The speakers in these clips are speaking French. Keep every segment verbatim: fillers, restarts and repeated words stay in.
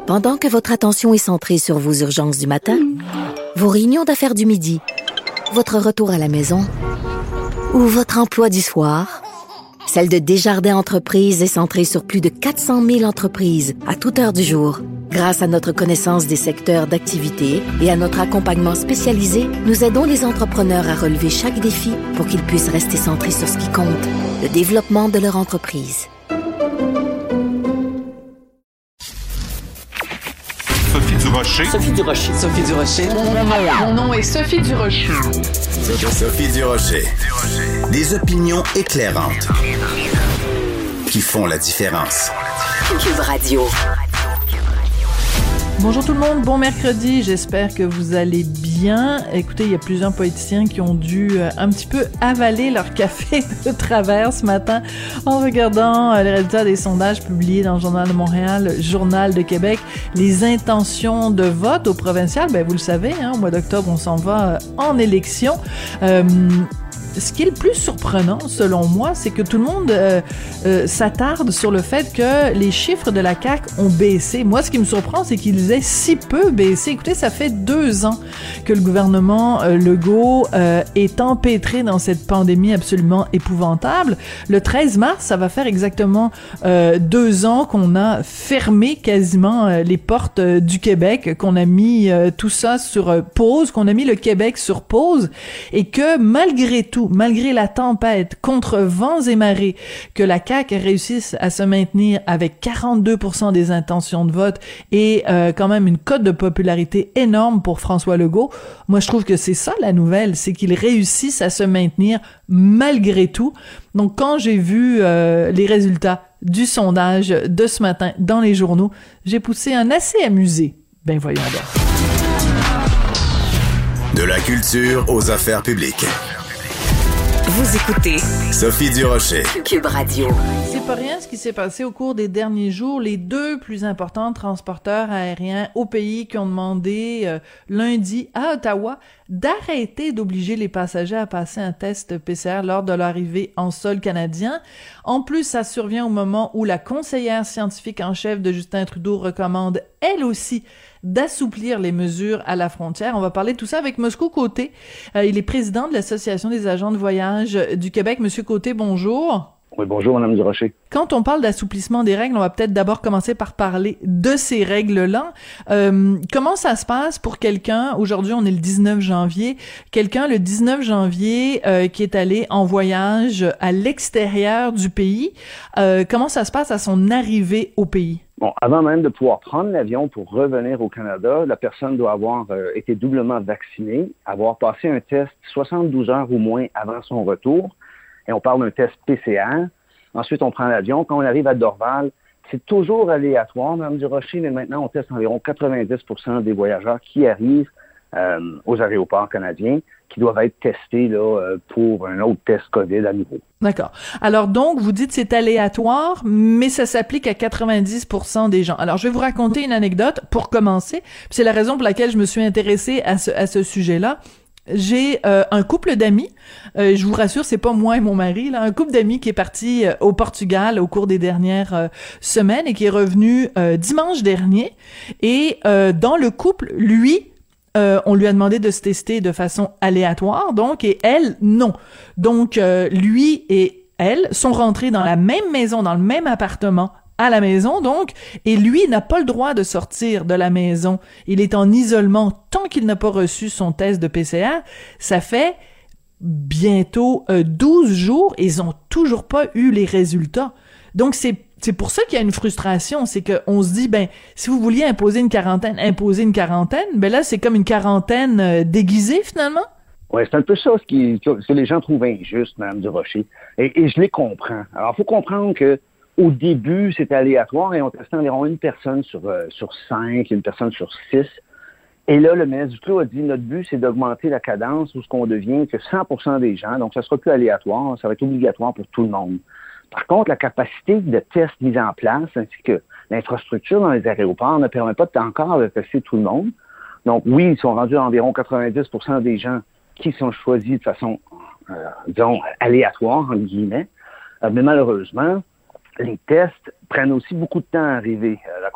Pendant que votre attention est centrée sur vos urgences du matin, vos réunions d'affaires du midi, votre retour à la maison ou votre emploi du soir, celle de Desjardins Entreprises est centrée sur plus de quatre cent mille entreprises à toute heure du jour. Grâce à notre connaissance des secteurs d'activité et à notre accompagnement spécialisé, nous aidons les entrepreneurs à relever chaque défi pour qu'ils puissent rester centrés sur ce qui compte, le développement de leur entreprise. Sophie Durocher. Sophie Durocher. Sophie Durocher. Mon nom est Sophie Durocher. Sophie Durocher. Des opinions éclairantes qui font la différence. Cube Radio. Bonjour tout le monde, bon mercredi, j'espère que vous allez bien. Écoutez, il y a plusieurs politiciens qui ont dû euh, un petit peu avaler leur café de travers ce matin en regardant euh, les résultats des sondages publiés dans le Journal de Montréal, le Journal de Québec. Les intentions de vote au provincial, ben vous le savez, hein, au mois d'octobre, on s'en va euh, en élection. Euh, Ce qui est le plus surprenant, selon moi, c'est que tout le monde euh, euh, s'attarde sur le fait que les chiffres de la C A Q ont baissé. Moi, ce qui me surprend, c'est qu'ils aient si peu baissé. Écoutez, ça fait deux ans que le gouvernement euh, Legault euh, est empêtré dans cette pandémie absolument épouvantable. Le treize mars, ça va faire exactement euh, deux ans qu'on a fermé quasiment euh, les portes euh, du Québec, qu'on a mis euh, tout ça sur euh, pause, qu'on a mis le Québec sur pause, et que malgré tout, malgré la tempête, contre vents et marées, que la C A Q réussisse à se maintenir avec quarante-deux pour cent des intentions de vote et euh, quand même une cote de popularité énorme pour François Legault. Moi, je trouve que c'est ça la nouvelle, c'est qu'ils réussissent à se maintenir malgré tout. Donc, quand j'ai vu euh, les résultats du sondage de ce matin dans les journaux, j'ai poussé un assez amusé. Ben voyons donc. De la culture aux affaires publiques. Vous écoutez Sophie Durocher. Cube Radio. C'est pas rien ce qui s'est passé au cours des derniers jours. Les deux plus importants transporteurs aériens au pays qui ont demandé euh, lundi à Ottawa d'arrêter d'obliger les passagers à passer un test P C R lors de leur arrivée en sol canadien. En plus, ça survient au moment où la conseillère scientifique en chef de Justin Trudeau recommande, elle aussi, d'assouplir les mesures à la frontière. On va parler de tout ça avec Moscou Côté. Euh, il est président de l'Association des agents de voyage du Québec. Monsieur Côté, bonjour. Oui, bonjour, Mme Durocher. Quand on parle d'assouplissement des règles, on va peut-être d'abord commencer par parler de ces règles-là. Euh, comment ça se passe pour quelqu'un, aujourd'hui on est le dix-neuf janvier, quelqu'un le dix-neuf janvier euh, qui est allé en voyage à l'extérieur du pays, euh, comment ça se passe à son arrivée au pays? Bon, avant même de pouvoir prendre l'avion pour revenir au Canada, la personne doit avoir euh, été doublement vaccinée, avoir passé un test soixante-douze heures ou moins avant son retour, et on parle d'un test P C R. Ensuite, on prend l'avion. Quand on arrive à Dorval, c'est toujours aléatoire, Mme Durocher, mais maintenant, on teste environ quatre-vingt-dix pour cent des voyageurs qui arrivent euh, aux aéroports canadiens qui doivent être testés là, pour un autre test COVID à nouveau. D'accord. Alors donc, vous dites c'est aléatoire, mais ça s'applique à quatre-vingt-dix pour cent des gens. Alors, je vais vous raconter une anecdote pour commencer. C'est la raison pour laquelle je me suis intéressée à ce, à ce sujet-là. J'ai euh, un couple d'amis, euh, je vous rassure, c'est pas moi et mon mari, là, un couple d'amis qui est parti euh, au Portugal au cours des dernières euh, semaines et qui est revenu euh, dimanche dernier. Et euh, dans le couple, lui, euh, on lui a demandé de se tester de façon aléatoire, donc, et elle, non. Donc, euh, lui et elle sont rentrés dans la même maison, dans le même appartement, à la maison, donc, et lui n'a pas le droit de sortir de la maison. Il est en isolement tant qu'il n'a pas reçu son test de P C R. Ça fait bientôt euh, douze jours et ils ont toujours pas eu les résultats. Donc, c'est c'est pour ça qu'il y a une frustration, c'est qu'on se dit, ben, si vous vouliez imposer une quarantaine, imposer une quarantaine, ben là, c'est comme une quarantaine euh, déguisée, finalement. Oui, c'est un peu ça ce, qui, ce que les gens trouvent injuste, Mme Durocher. Et, et je les comprends. Alors, il faut comprendre que au début, c'était aléatoire et on testait environ une personne sur, euh, sur cinq, une personne sur six. Et là, le ministre Duclos a dit, notre but, c'est d'augmenter la cadence où ce qu'on devient que cent pour cent des gens, donc ça sera plus aléatoire, ça va être obligatoire pour tout le monde. Par contre, la capacité de tests mise en place, ainsi que l'infrastructure dans les aéroports ne permet pas encore de tester tout le monde. Donc oui, ils sont rendus à environ quatre-vingt-dix pour cent des gens qui sont choisis de façon, euh, disons, aléatoire, entre guillemets. Euh, mais malheureusement, les tests prennent aussi beaucoup de temps à arriver. Euh, la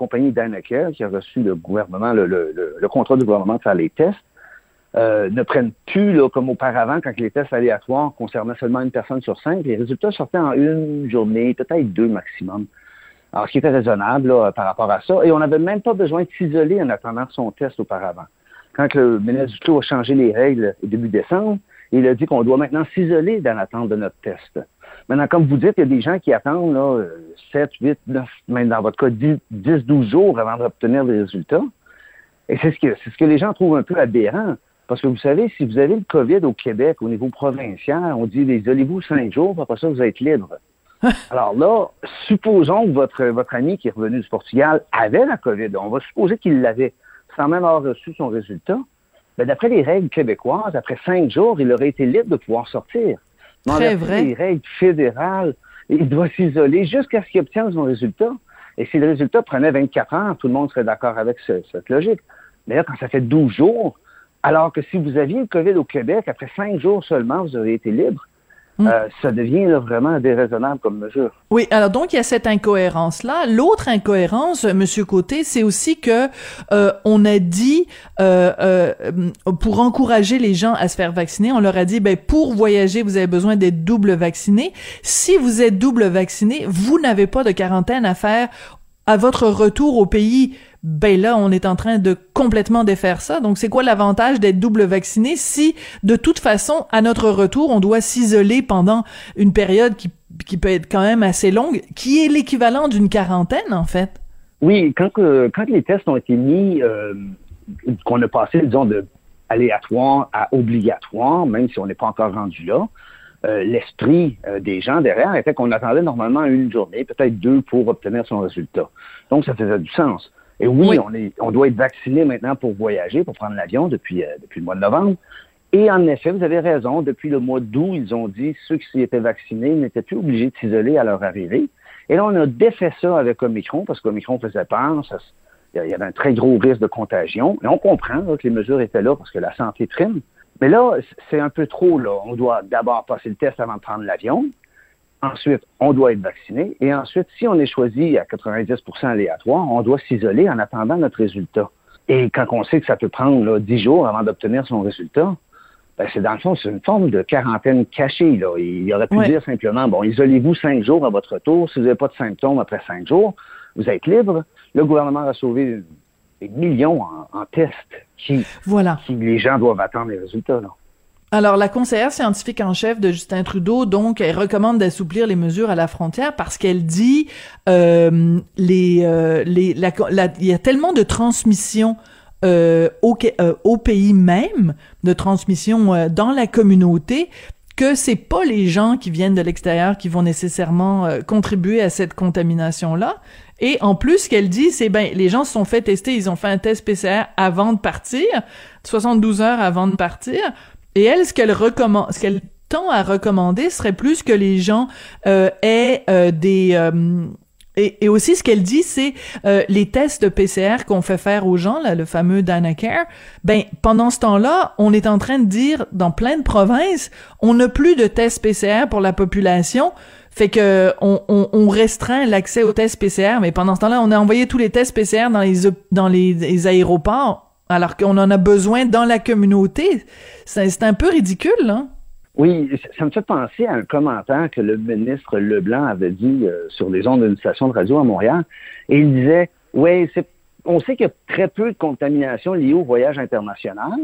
compagnie Dynacare, qui a reçu le gouvernement, le, le, le, le contrat du gouvernement de faire les tests, euh, ne prennent plus, là, comme auparavant, quand les tests aléatoires concernaient seulement une personne sur cinq. Les résultats sortaient en une journée, peut-être deux maximum. Alors, ce qui était raisonnable là, par rapport à ça. Et on n'avait même pas besoin de s'isoler en attendant son test auparavant. Quand le ministre Duclos a changé les règles au début décembre, il a dit qu'on doit maintenant s'isoler dans l'attente de notre test. Maintenant, comme vous dites, il y a des gens qui attendent là, sept, huit, neuf, même dans votre cas, dix, douze jours avant d'obtenir des résultats. Et c'est ce que, c'est ce que les gens trouvent un peu aberrant. Parce que vous savez, si vous avez le COVID au Québec, au niveau provincial, on dit isolez-vous cinq jours, après ça, vous êtes libre. Alors là, supposons que votre, votre ami qui est revenu du Portugal avait la COVID. On va supposer qu'il l'avait, sans même avoir reçu son résultat. Ben, d'après les règles québécoises, après cinq jours, il aurait été libre de pouvoir sortir. Mais Très d'après vrai. les règles fédérales, il doit s'isoler jusqu'à ce qu'il obtienne son résultat. Et si le résultat prenait vingt-quatre heures, tout le monde serait d'accord avec ce, cette logique. D'ailleurs, quand ça fait douze jours, alors que si vous aviez le COVID au Québec, après cinq jours seulement, vous auriez été libre, mm. euh, ça devient là, vraiment déraisonnable comme mesure. Oui, alors donc il y a cette incohérence-là. L'autre incohérence, Monsieur Côté, c'est aussi que euh, on a dit euh, euh, pour encourager les gens à se faire vacciner, on leur a dit ben pour voyager, vous avez besoin d'être double vacciné. Si vous êtes double vacciné, vous n'avez pas de quarantaine à faire à votre retour au pays. Ben là, on est en train de complètement défaire ça. Donc, c'est quoi l'avantage d'être double vacciné si, de toute façon, à notre retour, on doit s'isoler pendant une période qui, qui peut être quand même assez longue, qui est l'équivalent d'une quarantaine, en fait? Oui, quand, euh, quand les tests ont été mis, euh, qu'on a passé, disons, de aléatoire à obligatoire, même si on n'est pas encore rendu là, euh, l'esprit euh, des gens derrière était qu'on attendait normalement une journée, peut-être deux, pour obtenir son résultat. Donc, ça faisait du sens. Et oui, oui. On, est, on doit être vacciné maintenant pour voyager, pour prendre l'avion depuis, euh, depuis le mois de novembre. Et en effet, vous avez raison, depuis le mois d'août, ils ont dit que ceux qui étaient vaccinés n'étaient plus obligés de s'isoler à leur arrivée. Et là, on a défait ça avec Omicron, parce qu'Omicron faisait peur, ça, il y avait un très gros risque de contagion. Et on comprend là, que les mesures étaient là parce que la santé prime. Mais là, c'est un peu trop, là. On doit d'abord passer le test avant de prendre l'avion. Ensuite, on doit être vacciné. Et ensuite, si on est choisi à quatre-vingt-dix pour cent aléatoire, on doit s'isoler en attendant notre résultat. Et quand on sait que ça peut prendre là, dix jours avant d'obtenir son résultat, ben c'est dans le fond, c'est une forme de quarantaine cachée. Là. Il aurait pu ouais. dire simplement, bon, isolez-vous cinq jours à votre retour. Si vous n'avez pas de symptômes après cinq jours, vous êtes libre. Le gouvernement a sauvé des millions en, en tests qui, voilà. qui les gens doivent attendre les résultats. Là. Alors, la conseillère scientifique en chef de Justin Trudeau, donc, elle recommande d'assouplir les mesures à la frontière parce qu'elle dit euh, les euh, les la, la, il y a tellement de transmission euh, au euh, au pays même, de transmission euh, dans la communauté, que c'est pas les gens qui viennent de l'extérieur qui vont nécessairement euh, contribuer à cette contamination-là. Et en plus, ce qu'elle dit, c'est ben les gens se sont fait tester, ils ont fait un test P C R avant de partir, soixante-douze heures avant de partir. Et elle, ce qu'elle recommande, ce qu'elle tend à recommander serait plus que les gens euh, aient euh, des... Euh, et, et aussi, ce qu'elle dit, c'est euh, les tests de P C R qu'on fait faire aux gens, là, le fameux Dynacare, ben pendant ce temps-là, on est en train de dire, dans plein de provinces, on n'a plus de tests P C R pour la population, fait que on, on, on restreint l'accès aux tests P C R, mais pendant ce temps-là, on a envoyé tous les tests P C R dans les, dans les, les aéroports, alors qu'on en a besoin dans la communauté. C'est, c'est un peu ridicule, là. Oui, ça me fait penser à un commentaire que le ministre Leblanc avait dit euh, sur les ondes d'une station de radio à Montréal. Et il disait, oui, c'est, on sait qu'il y a très peu de contamination liée au voyage international,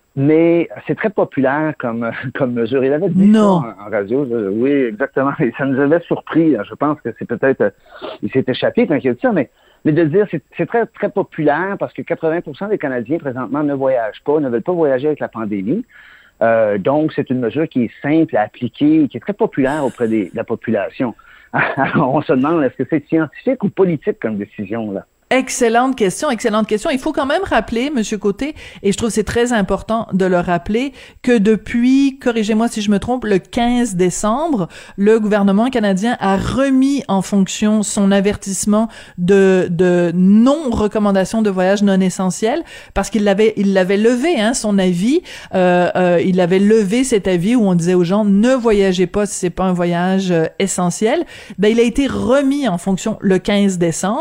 mais c'est très populaire comme, comme mesure. Il avait dit non. ça en, en radio. Oui, exactement. Et ça nous avait surpris. Je pense que c'est peut-être... Euh, il s'est échappé quand il a dit ça, mais... Mais de dire c'est c'est très, très populaire parce que quatre-vingts pour cent des Canadiens présentement ne voyagent pas, ne veulent pas voyager avec la pandémie. Euh, donc, c'est une mesure qui est simple à appliquer, qui est très populaire auprès des, de la population. Alors, on se demande, est-ce que c'est scientifique ou politique comme décision, là? Excellente question, excellente question. Il faut quand même rappeler, Monsieur Côté, et je trouve que c'est très important de le rappeler, que depuis, corrigez-moi si je me trompe, le quinze décembre, le gouvernement canadien a remis en fonction son avertissement de, de non-recommandation de voyage non essentiel, parce qu'il l'avait, il l'avait levé, hein, son avis, euh, euh, il avait levé cet avis où on disait aux gens, ne voyagez pas si c'est pas un voyage euh, essentiel. Ben, il a été remis en fonction le quinze décembre.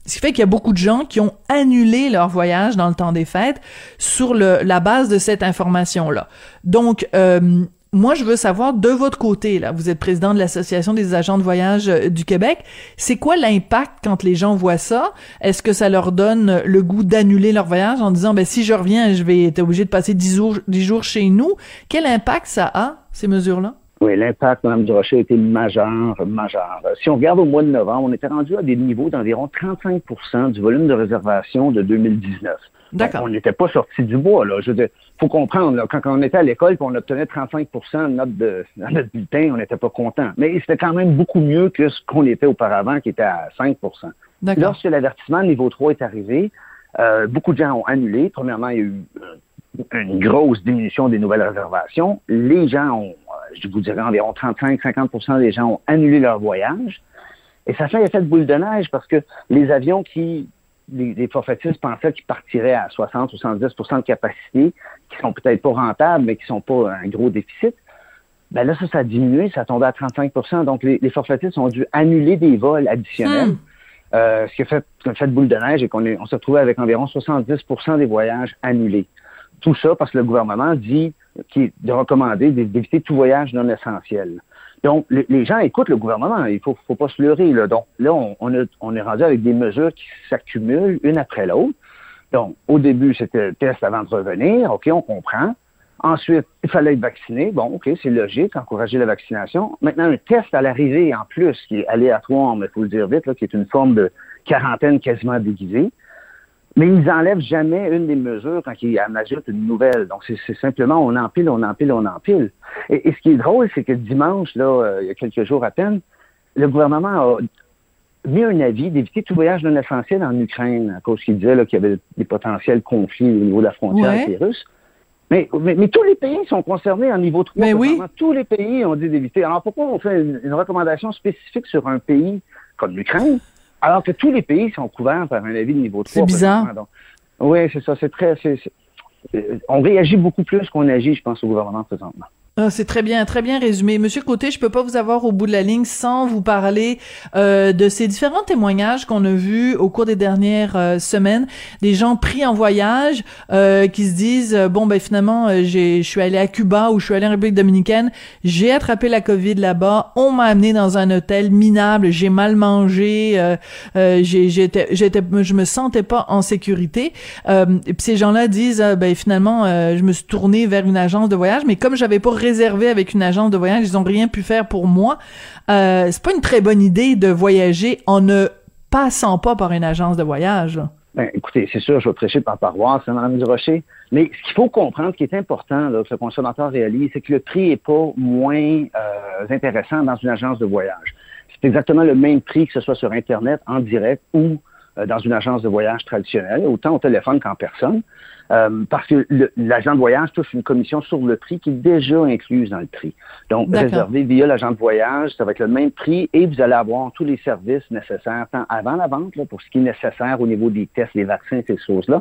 Ce qui fait qu'il y a beaucoup de gens qui ont annulé leur voyage dans le temps des fêtes sur le, la base de cette information-là. Donc, euh, moi, je veux savoir, de votre côté, là, vous êtes président de l'Association des agents de voyage euh, du Québec, c'est quoi l'impact quand les gens voient ça? Est-ce que ça leur donne le goût d'annuler leur voyage en disant, ben si je reviens, je vais être obligé de passer dix jours, dix jours chez nous? Quel impact ça a, ces mesures-là? Oui, l'impact, Mme Durocher, a été majeur, majeur. Si on regarde au mois de novembre, on était rendu à des niveaux d'environ trente-cinq pour cent du volume de réservation de deux mille dix-neuf. D'accord. Donc, on n'était pas sorti du bois, là. Je veux dire, faut comprendre, là, quand, quand on était à l'école et on obtenait trente-cinq pour cent de notes de, dans notre bulletin, on n'était pas content. Mais c'était quand même beaucoup mieux que ce qu'on était auparavant, qui était à cinq pour cent. D'accord. Lorsque l'avertissement niveau trois est arrivé, euh, beaucoup de gens ont annulé. Premièrement, il y a eu euh, une grosse diminution des nouvelles réservations. Les gens ont, euh, je vous dirais, environ trente-cinq à cinquante pour cent des gens ont annulé leur voyage. Et ça fait un effet de boule de neige parce que les avions qui... Les, les forfaitistes pensaient qu'ils partiraient à soixante à soixante-dix pour cent de capacité, qui sont peut-être pas rentables, mais qui sont pas un gros déficit. Ben là, ça, ça a diminué, ça a tombé à trente-cinq pour cent. Donc, les, les forfaitistes ont dû annuler des vols additionnels. Mmh. Euh, ce qui a fait un fait de boule de neige et qu'on est, on s'est retrouvé avec environ soixante-dix pour cent des voyages annulés. Tout ça parce que le gouvernement dit qu'il est de recommander d'éviter tout voyage non essentiel. Donc, les, les gens écoutent le gouvernement. Il faut, faut pas se leurrer, là. Donc, là, on, on, a, on est rendu avec des mesures qui s'accumulent une après l'autre. Donc, au début, c'était le test avant de revenir. OK, on comprend. Ensuite, il fallait être vacciné. Bon, OK, c'est logique, encourager la vaccination. Maintenant, un test à l'arrivée, en plus, qui est aléatoire, mais il faut le dire vite, là, qui est une forme de quarantaine quasiment déguisée. Mais ils n'enlèvent jamais une des mesures quand ils en ajoutent une nouvelle. Donc, c'est, c'est simplement on empile, on empile, on empile. Et, et ce qui est drôle, c'est que dimanche, là, euh, il y a quelques jours à peine, le gouvernement a mis un avis d'éviter tout voyage non essentiel en Ukraine, à cause qu'il disait là, qu'il y avait des potentiels conflits au niveau de la frontière ouais. avec les Russes. Mais, mais, mais tous les pays sont concernés en niveau trois. Mais oui. Tous les pays ont dit d'éviter. Alors, pourquoi on fait une, une recommandation spécifique sur un pays comme l'Ukraine? Alors que tous les pays sont couverts par un avis de niveau trois. C'est bizarre. Donc, oui, c'est ça. C'est très. C'est, c'est, on réagit beaucoup plus qu'on agit, je pense, au gouvernement présentement. Ah, c'est très bien, très bien résumé. Monsieur Côté, je peux pas vous avoir au bout de la ligne sans vous parler euh, de ces différents témoignages qu'on a vus au cours des dernières euh, semaines, des gens pris en voyage euh, qui se disent euh, bon ben finalement euh, j'ai je suis allé à Cuba ou je suis allé en République dominicaine, j'ai attrapé la COVID là-bas, on m'a amené dans un hôtel minable, j'ai mal mangé, euh, euh, j'ai j'étais j'étais je me sentais pas en sécurité. Euh, et puis ces gens-là disent euh, ben finalement euh, je me suis tourné vers une agence de voyage, mais comme j'avais pas réservé avec une agence de voyage, ils ont rien pu faire pour moi. Euh, c'est pas une très bonne idée de voyager en ne passant pas par une agence de voyage. Ben, écoutez, c'est sûr, je vais prêcher par paroisse, hein, Mme Durocher, mais ce qu'il faut comprendre, ce qui est important, là, que le consommateur réalise, c'est que le prix est pas moins euh, intéressant dans une agence de voyage. C'est exactement le même prix que ce soit sur Internet, en direct ou euh, dans une agence de voyage traditionnelle, autant au téléphone qu'en personne. Euh, parce que le, l'agent de voyage touche une commission sur le prix qui est déjà incluse dans le prix. Donc, D'accord. réservé via l'agent de voyage, ça va être le même prix et vous allez avoir tous les services nécessaires, tant avant la vente, là, pour ce qui est nécessaire au niveau des tests, des vaccins, ces choses-là,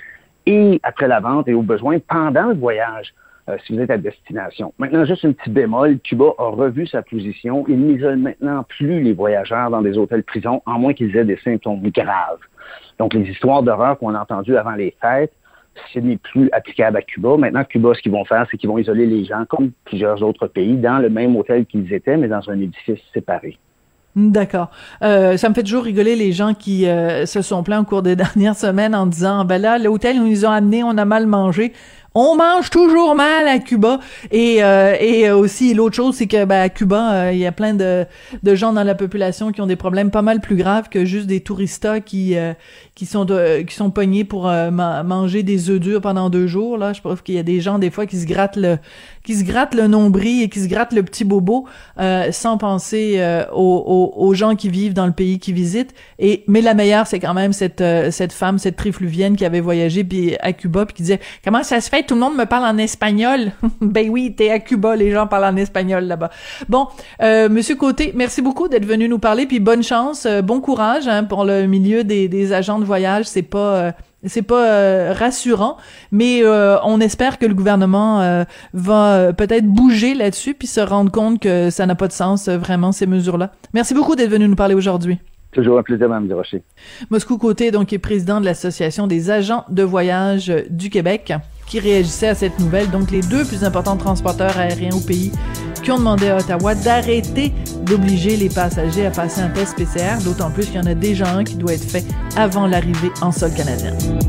et après la vente et au besoin pendant le voyage, euh, si vous êtes à destination. Maintenant, juste un petit bémol, Cuba a revu sa position. Il n'isole maintenant plus les voyageurs dans des hôtels-prisons, en moins qu'ils aient des symptômes graves. Donc, les histoires d'horreur qu'on a entendues avant les fêtes, ce n'est plus applicable à Cuba. Maintenant, Cuba, ce qu'ils vont faire, c'est qu'ils vont isoler les gens, comme plusieurs autres pays, dans le même hôtel qu'ils étaient, mais dans un édifice séparé. D'accord. Euh, ça me fait toujours rigoler les gens qui euh, se sont plaints au cours des dernières semaines en disant « Ben là, l'hôtel où ils nous ont amenés, on a mal mangé. » On mange toujours mal à Cuba. Et euh, et aussi, l'autre chose, c'est que ben, à Cuba, il euh, y a plein de de gens dans la population qui ont des problèmes pas mal plus graves que juste des touristas qui euh, qui sont de, qui sont pognés pour euh, ma- manger des œufs durs pendant deux jours. Là, je trouve qu'il y a des gens des fois qui se grattent le qui se grattent le nombril et qui se grattent le petit bobo euh, sans penser euh, aux, aux aux gens qui vivent dans le pays qu'ils visitent. Et mais la meilleure, c'est quand même cette euh, cette femme, cette trifluvienne qui avait voyagé puis à Cuba puis qui disait comment ça se fait tout le monde me parle en espagnol. Ben oui, t'es à Cuba, les gens parlent en espagnol là-bas. Bon, euh, Monsieur Côté, merci beaucoup d'être venu nous parler, puis bonne chance, euh, bon courage hein, pour le milieu des, des agents de voyage. C'est pas, euh, c'est pas euh, rassurant, mais euh, on espère que le gouvernement euh, va euh, peut-être bouger là-dessus, puis se rendre compte que ça n'a pas de sens euh, vraiment ces mesures-là. Merci beaucoup d'être venu nous parler aujourd'hui. Toujours un plaisir, Mme Durocher. Moscou Côté, donc, est président de l'Association des agents de voyage du Québec, qui réagissait à cette nouvelle. Donc, les deux plus importants transporteurs aériens au pays qui ont demandé à Ottawa d'arrêter d'obliger les passagers à passer un test P C R, d'autant plus qu'il y en a déjà un qui doit être fait avant l'arrivée en sol canadien.